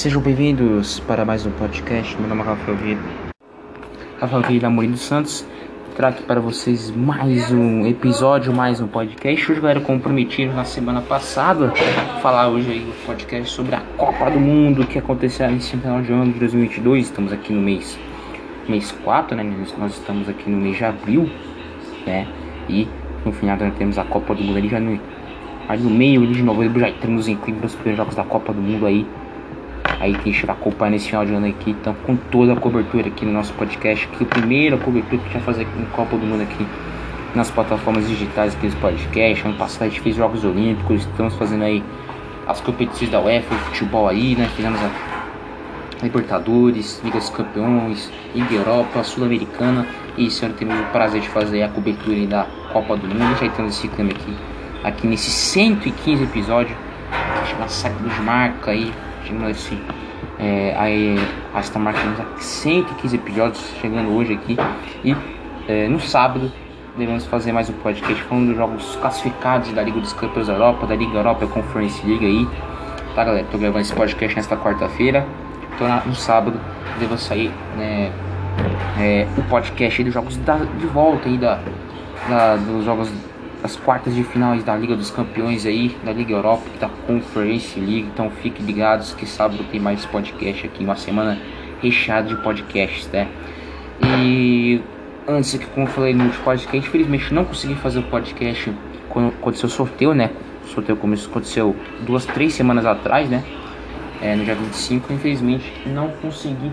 Sejam bem-vindos para mais um podcast. Meu nome é Rafael Vieira Amorim dos Santos. Trago aqui para vocês mais um episódio, mais um podcast. Hoje, galera, como prometido na semana passada, falar hoje aí um podcast sobre a Copa do Mundo que aconteceu nesse final de ano de 2022. Estamos aqui no mês 4, né? Nós estamos aqui no mês de abril, né? E no final nós temos a Copa do Mundo ali já no meio de novembro, já temos em clima os primeiros jogos da Copa do Mundo aí que a gente vai acompanhar nesse final de ano aqui. Então, com toda a cobertura aqui no nosso podcast, que é a primeira cobertura que a gente vai fazer aqui no Copa do Mundo aqui nas plataformas digitais aqui do podcast. Ano passado a gente fez Jogos Olímpicos, estamos fazendo aí as competições da UEFA, o futebol aí, né? Fizemos a Libertadores, Liga dos Campeões, Liga Europa, Sul-Americana, e esse ano temos o prazer de fazer a cobertura aí da Copa do Mundo. Já estamos esse clima aqui nesse 115 episódio, uma saída de marca aí, chegando esta marca, temos aqui 115 episódios chegando hoje aqui, e no sábado devemos fazer mais um podcast falando dos jogos classificados da Liga dos Campeões da Europa, da Liga Europa e Conference League aí, tá, galera? Tô gravando esse podcast nesta quarta-feira, então no sábado devo sair, né, o podcast aí dos jogos de volta aí dos jogos das quartas de finais da Liga dos Campeões aí, da Liga Europa e da Conference League. Então fiquem ligados que sábado tem mais podcast aqui, uma semana recheada de podcasts, né? E antes aqui, como eu falei no último podcast, infelizmente não consegui fazer o podcast quando aconteceu o sorteio, né? O sorteio aconteceu 2-3 semanas atrás, né? No dia 25, infelizmente não consegui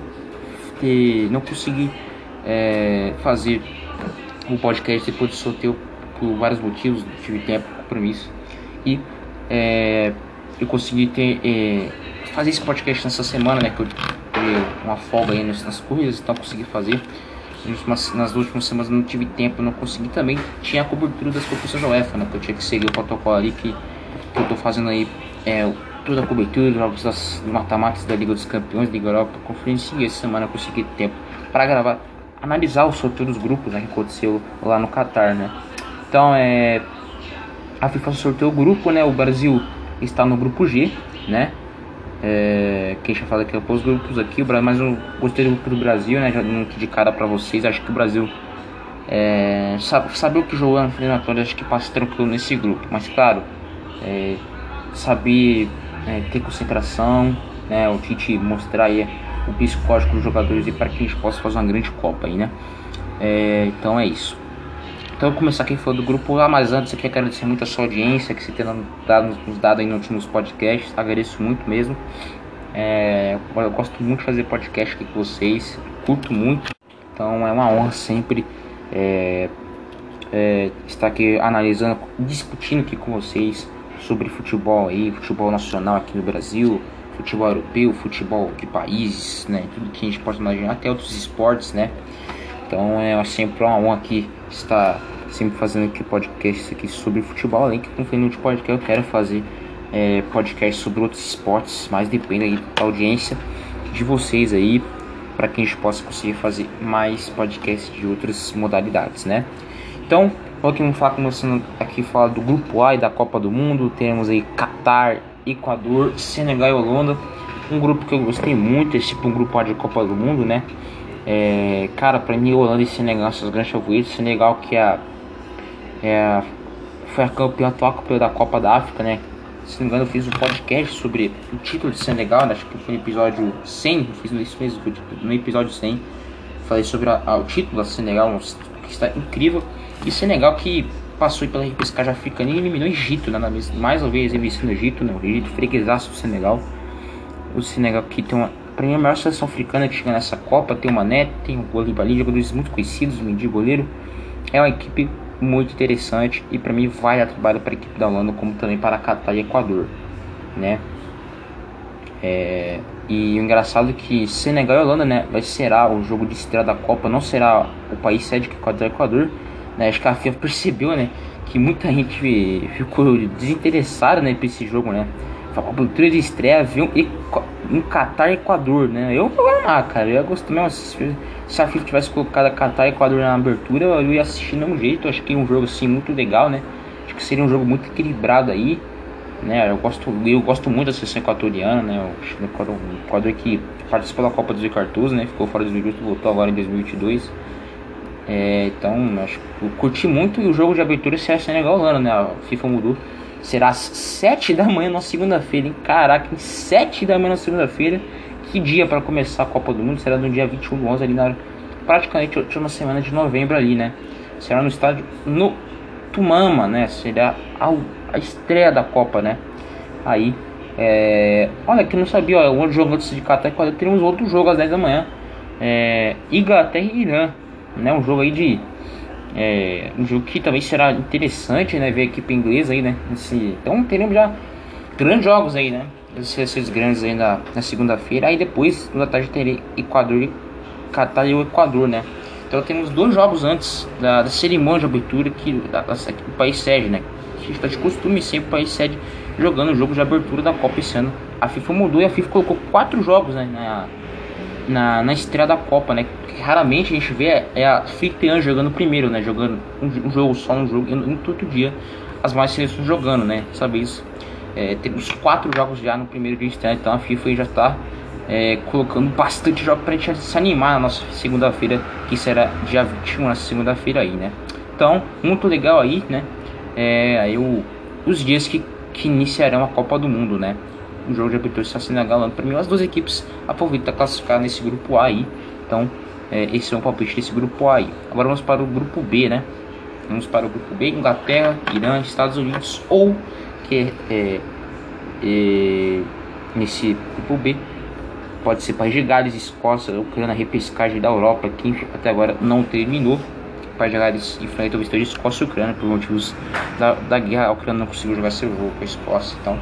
fazer o podcast depois do sorteio por vários motivos. Tive tempo, compromisso, e eu consegui fazer esse podcast nessa semana, né, que eu tive uma folga aí nas corridas, então consegui fazer. Nas últimas semanas não tive tempo, não consegui. Também tinha a cobertura das competições da UEFA, né, que eu tinha que seguir o protocolo ali, que eu tô fazendo aí toda a cobertura dos jogos dos mata-matas da Liga dos Campeões, Liga Europa, Conferência. E essa semana eu consegui tempo para gravar, analisar o sorteio dos grupos, né, que aconteceu lá no Catar, né. Então a FIFA sorteou o grupo, né? O Brasil está no grupo G, né? Quem já fala aqui, eu pôs os grupos aqui, mas eu gostei do grupo do Brasil, né? Já não de cara pra vocês. Acho que o Brasil saber o que jogou na eliminatória, acho que passa tranquilo nesse grupo. Mas claro, saber ter concentração, né? O Tite mostrar aí o psicológico dos jogadores, e para que a gente possa fazer uma grande Copa aí, né? Então é isso. Então eu vou começar aqui falando do grupo lá, mas antes eu quero agradecer muito a sua audiência que você tem nos dado aí nos últimos podcasts. Agradeço muito mesmo. Eu gosto muito de fazer podcast aqui com vocês, curto muito, então é uma honra sempre estar aqui analisando, discutindo aqui com vocês sobre futebol aí, futebol nacional aqui no Brasil, futebol europeu, futebol de países, né, tudo que a gente pode imaginar, até outros esportes, né. Então é sempre uma honra aqui estar sempre fazendo aqui podcast aqui sobre futebol, além que, como falei no último podcast, eu quero fazer podcast sobre outros esportes, mas depende aí da audiência de vocês aí, para que a gente possa conseguir fazer mais podcasts de outras modalidades, né? Então, vamos começando aqui a falar do grupo A e da Copa do Mundo. Temos aí Catar, Equador, Senegal e Holanda, um grupo que eu gostei muito, esse tipo um grupo A de Copa do Mundo, né? Cara, pra mim Holanda e Senegal são os grandes favoritos. Senegal que foi a campeã, atual campeã da Copa da África, né? Se não me engano eu fiz um podcast sobre o título de Senegal, né? Acho que foi no episódio 100, eu fiz isso mesmo, no episódio 100 falei sobre o título da Senegal, que está incrível. E Senegal que passou pela repescagem africana e eliminou o Egito, né? Mais uma vez vencendo o Egito, né? O Egito freguesaço do Senegal. O Senegal que tem pra mim a maior seleção africana que chega nessa Copa. Tem o Mané, tem o Koulibaly, jogadores muito conhecidos, o Mendy, goleiro. É uma equipe muito interessante e para mim vai dar trabalho para a equipe da Holanda, como também para Catar e Equador, né? E o engraçado é que Senegal e Holanda, né, será o jogo de estreia da Copa, não será o país sede que Catar e Equador, né? Acho que a FIFA percebeu, né, que muita gente ficou desinteressada, né, por esse jogo, né? A cobertura de estreia viu em Catar e Equador, né? Eu vou lá, cara. Eu gosto mesmo. Se a FIFA tivesse colocado Catar e Equador na abertura, eu ia assistir de um jeito. Acho que é um jogo assim muito legal, né? Acho que seria um jogo muito equilibrado aí. né? Eu gosto muito da seleção equatoriana, né? O Equador que participou da Copa dos Cartoons, né? Ficou fora do 2018, voltou agora em 2022. Então, acho que eu curti muito. E o jogo de abertura será Senegal-Holanda, né? A FIFA mudou. Será às 7 da manhã na segunda-feira, hein? Caraca, 7 da manhã na segunda-feira. Que dia para começar a Copa do Mundo? Será no dia 21 do 11, ali praticamente última semana de novembro ali, né? Será no estádio no Tumama, né? Será a estreia da Copa, né? Aí, olha, que eu não sabia, ó, um jogo antes de Catar e Equador, teremos outro jogo às 10 da manhã. Inglaterra e Irã, né? Um jogo aí de... um jogo que também será interessante, né? Ver a equipe inglesa aí, né? Então teremos já grandes jogos aí, né? Esses grandes aí na segunda-feira. Aí depois, na tarde, terei Equador, Catar e o Equador, né? Então temos 2 jogos antes da cerimônia de abertura que o país sede, né? A gente está de costume sempre o país sede jogando o jogo de abertura da Copa esse ano. A FIFA mudou e a FIFA colocou 4 jogos, né, na estreia da Copa, né? Raramente a gente vê a anfitriã jogando primeiro, né? Jogando um jogo só, um jogo, e no todo dia as mais seleções jogando, né? Sabe isso? Temos 4 jogos já no primeiro dia de estreia, então a FIFA já está colocando bastante jogo pra gente se animar na nossa segunda-feira, que será dia 21, na segunda-feira aí, né? Então, muito legal aí, né? Aí os dias que iniciarão a Copa do Mundo, né? O jogo de abertura está sendo galante para mim. As 2 equipes a favorita classificar nesse grupo A aí. Então, esse é o palpite desse grupo A aí. Agora vamos para o grupo B, né? Vamos para o grupo B: Inglaterra, Irã, Estados Unidos, ou que nesse grupo B pode ser País de Gales, Escócia, Ucrânia, repescagem da Europa, que até agora não terminou. País de Gales enfrenta o vencedor de Escócia e Ucrânia por motivos da guerra. A Ucrânia não conseguiu jogar seu jogo com a Escócia. Então,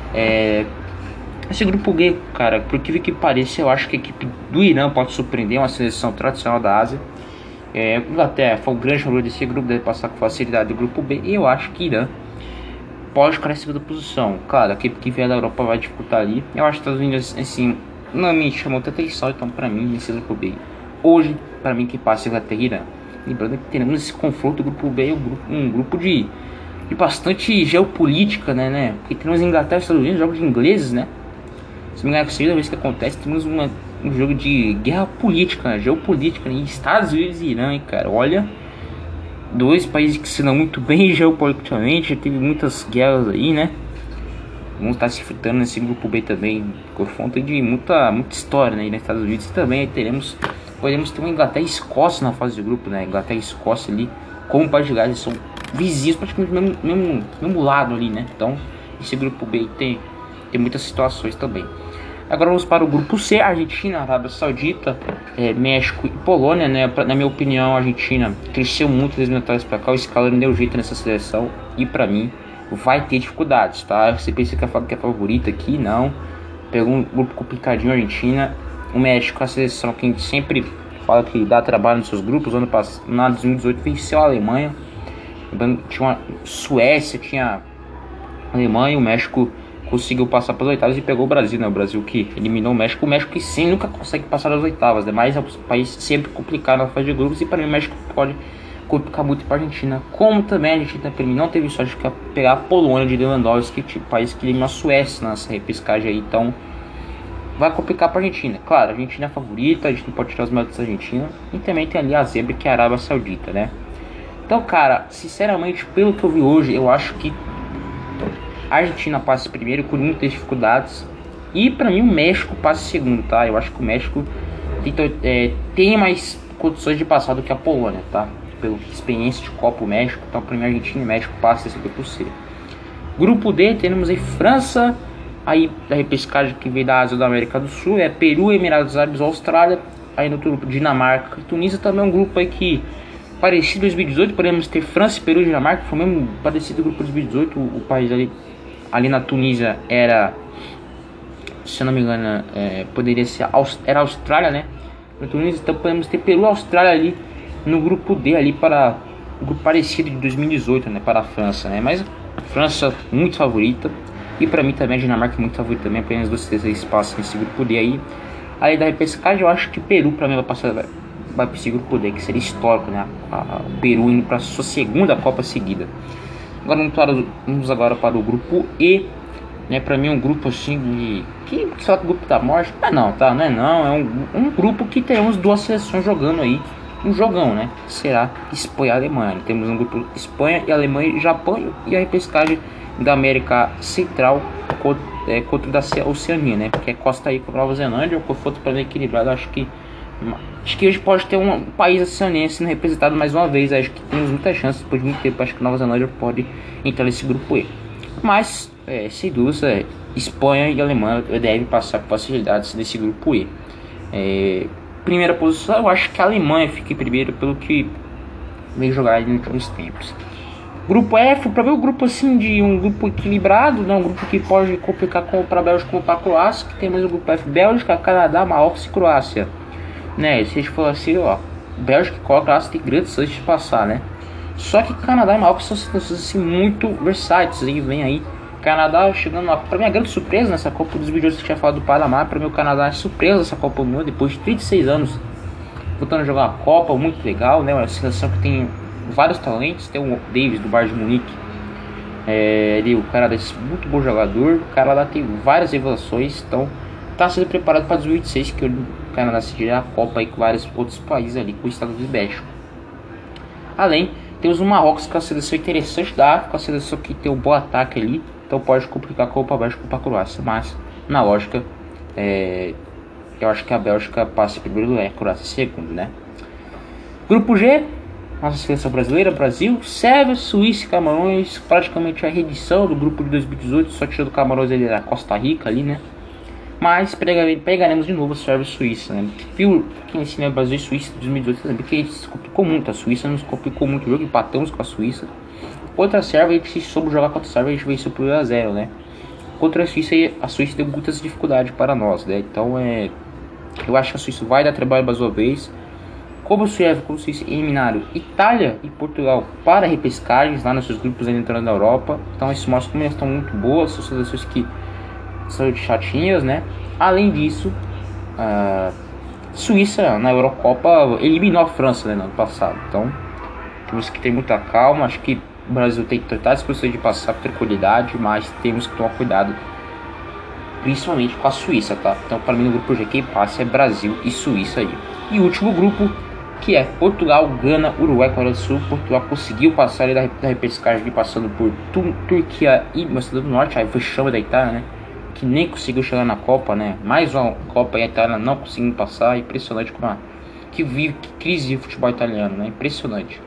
esse grupo B, cara, por que pareça, eu acho que a equipe do Irã pode surpreender, uma seleção tradicional da Ásia. Inglaterra foi o grande jogador desse grupo, deve passar com facilidade do grupo B. E eu acho que Irã pode ficar na segunda posição. Claro, a equipe que vier da Europa vai dificultar ali. Eu acho que os Estados Unidos, assim, não me chamou tanta atenção. Então, pra mim, nesse grupo B, hoje, pra mim, que passa Inglaterra e Irã. Lembrando que teremos esse confronto do grupo B, um grupo de bastante geopolítica, né? Porque temos Inglaterra e Estados Unidos, jogos de ingleses, né? Se não me engano, é a segunda vez que acontece, temos um jogo de guerra política, geopolítica, né? Estados Unidos e Irã, hein, cara. Olha, 2 países que se dão muito bem geopoliticamente, já teve muitas guerras aí, né? Vamos estar se enfrentando nesse grupo B também, por conta de muita história, né? E nos Estados Unidos também podemos ter uma Inglaterra e Escócia na fase de grupo, né? Inglaterra e Escócia ali, como o País de Gales, são vizinhos praticamente do mesmo lado ali, né? Então, esse grupo B tem muitas situações também. Agora vamos para o grupo C: Argentina, Arábia Saudita, México e Polônia, né? Na minha opinião, a Argentina cresceu muito das eliminatórias para cá, o Scaloni deu jeito nessa seleção e para mim vai ter dificuldades, tá? Você pensa que é favorita aqui, não. Pegou um grupo complicadinho a Argentina. O México, a seleção que a gente sempre fala que dá trabalho nos seus grupos. Ano passado, na 2018, venceu a Alemanha. Tinha uma Suécia, tinha a Alemanha. O México conseguiu passar para as oitavas e pegou o Brasil, né? O Brasil que eliminou o México. O México que sim nunca consegue passar das oitavas, né? Mas é um país sempre complicado na fase de grupos. E para mim o México pode complicar muito para a Argentina. Como também a Argentina não teve sorte de pegar a Polônia de Lewandowski, tipo país que eliminou a Suécia nessa repescagem aí. Então vai complicar para a Argentina. Claro, a Argentina é a favorita, a gente não pode tirar os méritos da Argentina. E também tem ali a zebra, que é a Arábia Saudita, né? Então, cara, sinceramente, pelo que eu vi hoje, eu acho que a Argentina passa primeiro com muitas dificuldades. E pra mim o México passa segundo, tá? Eu acho que o México tem mais condições de passar do que a Polônia, tá? Pela experiência de Copa, o México. Então pra mim a Argentina e o México passam esse grupo C. Grupo D, temos aí França, aí da repescagem que veio da Ásia da América do Sul, Peru, Emirados Árabes, Austrália. Aí no outro grupo, Dinamarca e Tunísia. Também é um grupo aí que parecido 2018, podemos ter França, Peru e Dinamarca. Foi mesmo parecido com o grupo de 2018. O país ali na Tunísia era, se eu não me engano, poderia ser era a Austrália, né? Na Tunísia, então podemos ter Peru e Austrália ali no grupo D, ali para o grupo parecido de 2018, né? Para a França, né? Mas a França muito favorita. E para mim também a Dinamarca é muito favorita também. Apenas 2 espaços nesse grupo D aí. Aí da repescagem eu acho que Peru para mim vai para esse grupo D, que seria histórico, né? O Peru indo para a sua segunda Copa seguida. Agora vamos agora para o grupo E. né? Pra mim é um grupo assim que só o grupo da morte. Ah não, tá, não é não. É um grupo que temos duas seleções jogando aí. Um jogão, né? Será Espanha e Alemanha. Temos um grupo Espanha e Alemanha e Japão e a repescagem da América Central contra da Oceania, né? Porque é Costa Rica com Nova Zelândia, o confronto para mim equilibrado. Acho que hoje pode ter um país oceaniano sendo representado mais uma vez. Acho que temos muitas chances depois de muito tempo. Acho que Nova Zelândia pode entrar nesse grupo E. Mas, sem dúvida, Espanha e Alemanha devem passar com facilidades desse grupo E. Primeira posição, eu acho que a Alemanha fica em primeiro pelo que veio jogar nos últimos tempos. Grupo F, para ver o grupo assim de um grupo equilibrado, né? Um grupo que pode complicar para a Bélgica ou para a Croácia, que temos o grupo F, Bélgica, Canadá, Marrocos e Croácia, né? Se a gente for assim, ó, Bélgica e Croácia tem grandes chances de passar, né? Só que Canadá e Marrocos são situações assim muito versáteis, e vem aí Canadá chegando lá. Para mim a grande surpresa nessa Copa dos vídeos que tinha falado do Panamá, para mim o Canadá é surpresa nessa Copa do Mundo depois de 36 anos voltando a jogar uma Copa, muito legal, né? Uma seleção que tem vários talentos, tem o Davis do Bayern de Munique, o Canadá é muito bom jogador, o Canadá tem várias revelações, então está sendo preparado para 2026, que o Canadá se tirar a Copa aí com vários outros países ali, com o Estados Unidos e México. Além, temos o Marrocos, que é uma seleção interessante da África, uma seleção que tem um bom ataque ali, então pode complicar a Copa Bélgica para a Croácia, mas na lógica, eu acho que a Bélgica passa em primeiro lugar, a Croácia em segundo, né? Grupo G, nossa seleção brasileira, Brasil, Sérvia, Suíça e Camarões, praticamente a reedição do grupo de 2018, só tirando Camarões ali da Costa Rica ali, né? Mas pegaremos de novo a Sérvia e Suíça, né? Viu quem ensina Brasil e Suíça em 2018, sabe que se complicou muito, a Suíça nos complicou muito o jogo, empatamos com a Suíça. Contra a Sérvia, a gente soube jogar contra a Sérvia, a gente venceu por 1-0, né? Contra a Suíça deu muitas dificuldades para nós, né? Então eu acho que a Suíça vai dar trabalho mais uma vez. Como a Suíça eliminaram Itália e Portugal para repescagens lá nos seus grupos ainda entrando na Europa. Então isso mostra como eles estão muito boas, são seleções que são chatinhas, né? Além disso, a Suíça na Eurocopa eliminou a França, né, no ano passado. Então temos que ter muita calma. Acho que o Brasil tem que tratar as pessoas de passar por tranquilidade, mas temos que tomar cuidado principalmente com a Suíça, tá? Então para mim no grupo G quem passa é Brasil e Suíça aí. E o último grupo, que é Portugal, Gana, Uruguai, Coreia do Sul. Portugal conseguiu passar ali da repescagem passando por Turquia e Macedônia do Norte. Aí foi chama da Itália, né? Que nem conseguiu chegar na Copa, né? Mais uma Copa e a Itália não conseguindo passar. Impressionante como que crise de futebol italiano, né? Impressionante.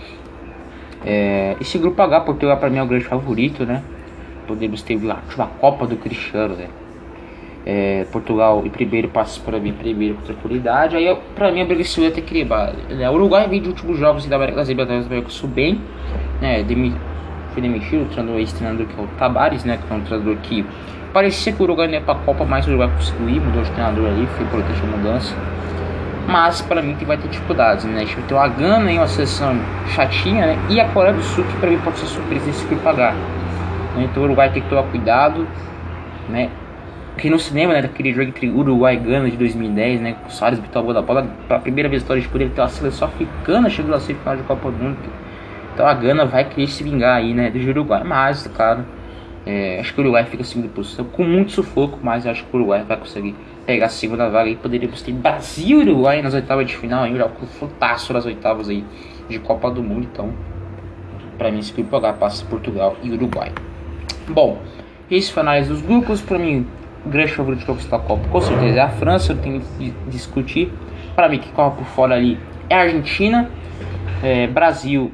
Esse grupo H, Portugal para mim é o grande favorito, né? Podemos ter a Copa do Cristiano, né? Portugal em primeiro passa para mim primeiro com tranquilidade. Aí para mim a briga se até equilibrada, né? O Uruguai vem de últimos jogos da América das América Sul bem, né? Foi demitido o ex-treinador que é o Tabares, né? Que é um treinador que parecia que o Uruguai não ia para a Copa, mas o Uruguai conseguiu ir, mudou de treinador ali, foi importante a mudança. Mas para mim que vai ter dificuldades, né? A gente vai ter uma Gana em uma seleção chatinha, né? E a Coreia do Sul, que para mim pode ser surpresa nesse grupo H. Então o Uruguai tem que tomar cuidado, né? Quem não se lembra, né, daquele jogo entre Uruguai e Gana de 2010, né? Com o Soares bitou a bola pela primeira vez na história de poder ter uma seleção africana chegando a semifinal de Copa do Mundo. Então a Gana vai querer se vingar aí, né, do Uruguai. Mas, claro, acho que o Uruguai fica em segunda posição com muito sufoco, mas acho que o Uruguai vai conseguir pegar a segunda vaga e poderíamos ter Brasil e Uruguai nas oitavas de final aí, já com fantástico nas oitavas aí de Copa do Mundo. Então, para mim, esse grupo H passa Portugal e Uruguai. Bom, esse foi a análise dos grupos. Para mim, o grande favorito de conquistar a Copa com certeza é a França. Eu tenho que discutir. Para mim, que corre por fora ali é a Argentina, Brasil.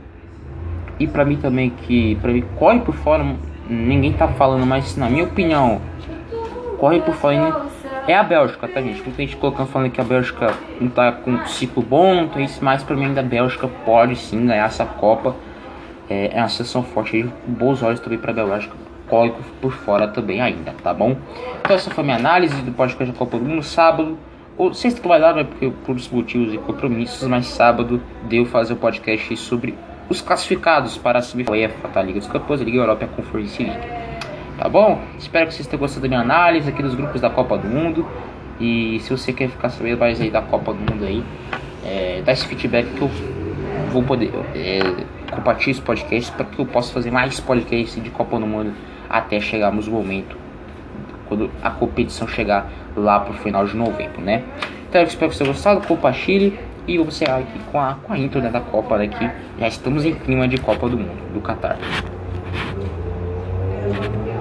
E para mim também, que para mim corre por fora, ninguém tá falando, mas na minha opinião, corre por fora é a Bélgica, tá, gente? Muita gente colocando falando que a Bélgica não tá com um ciclo bom, então isso, mas para mim ainda a Bélgica pode sim ganhar essa Copa. É uma seleção forte aí, com bons olhos também para a Bélgica, corre por fora também ainda, tá bom? Então essa foi a minha análise do podcast da Copa do Mundo. Sábado, ou sexta que vai dar, né, porque por motivos e compromissos, mas sábado deu fazer o podcast sobre os classificados para a semifinal UEFA, tá? Liga dos Campeões, Liga Europa e a Conference League, tá bom? Espero que vocês tenham gostado da minha análise aqui dos grupos da Copa do Mundo. E se você quer ficar sabendo mais aí da Copa do Mundo aí, dá esse feedback que eu vou poder compartilhar esse podcast para que eu possa fazer mais podcasts de Copa do Mundo até chegarmos no momento quando a competição chegar lá pro final de novembro, né? Então eu espero que você tenha gostado, compartilhe e vamos encerrar aqui com a intro, né, da Copa, né, que já estamos em clima de Copa do Mundo, do Catar.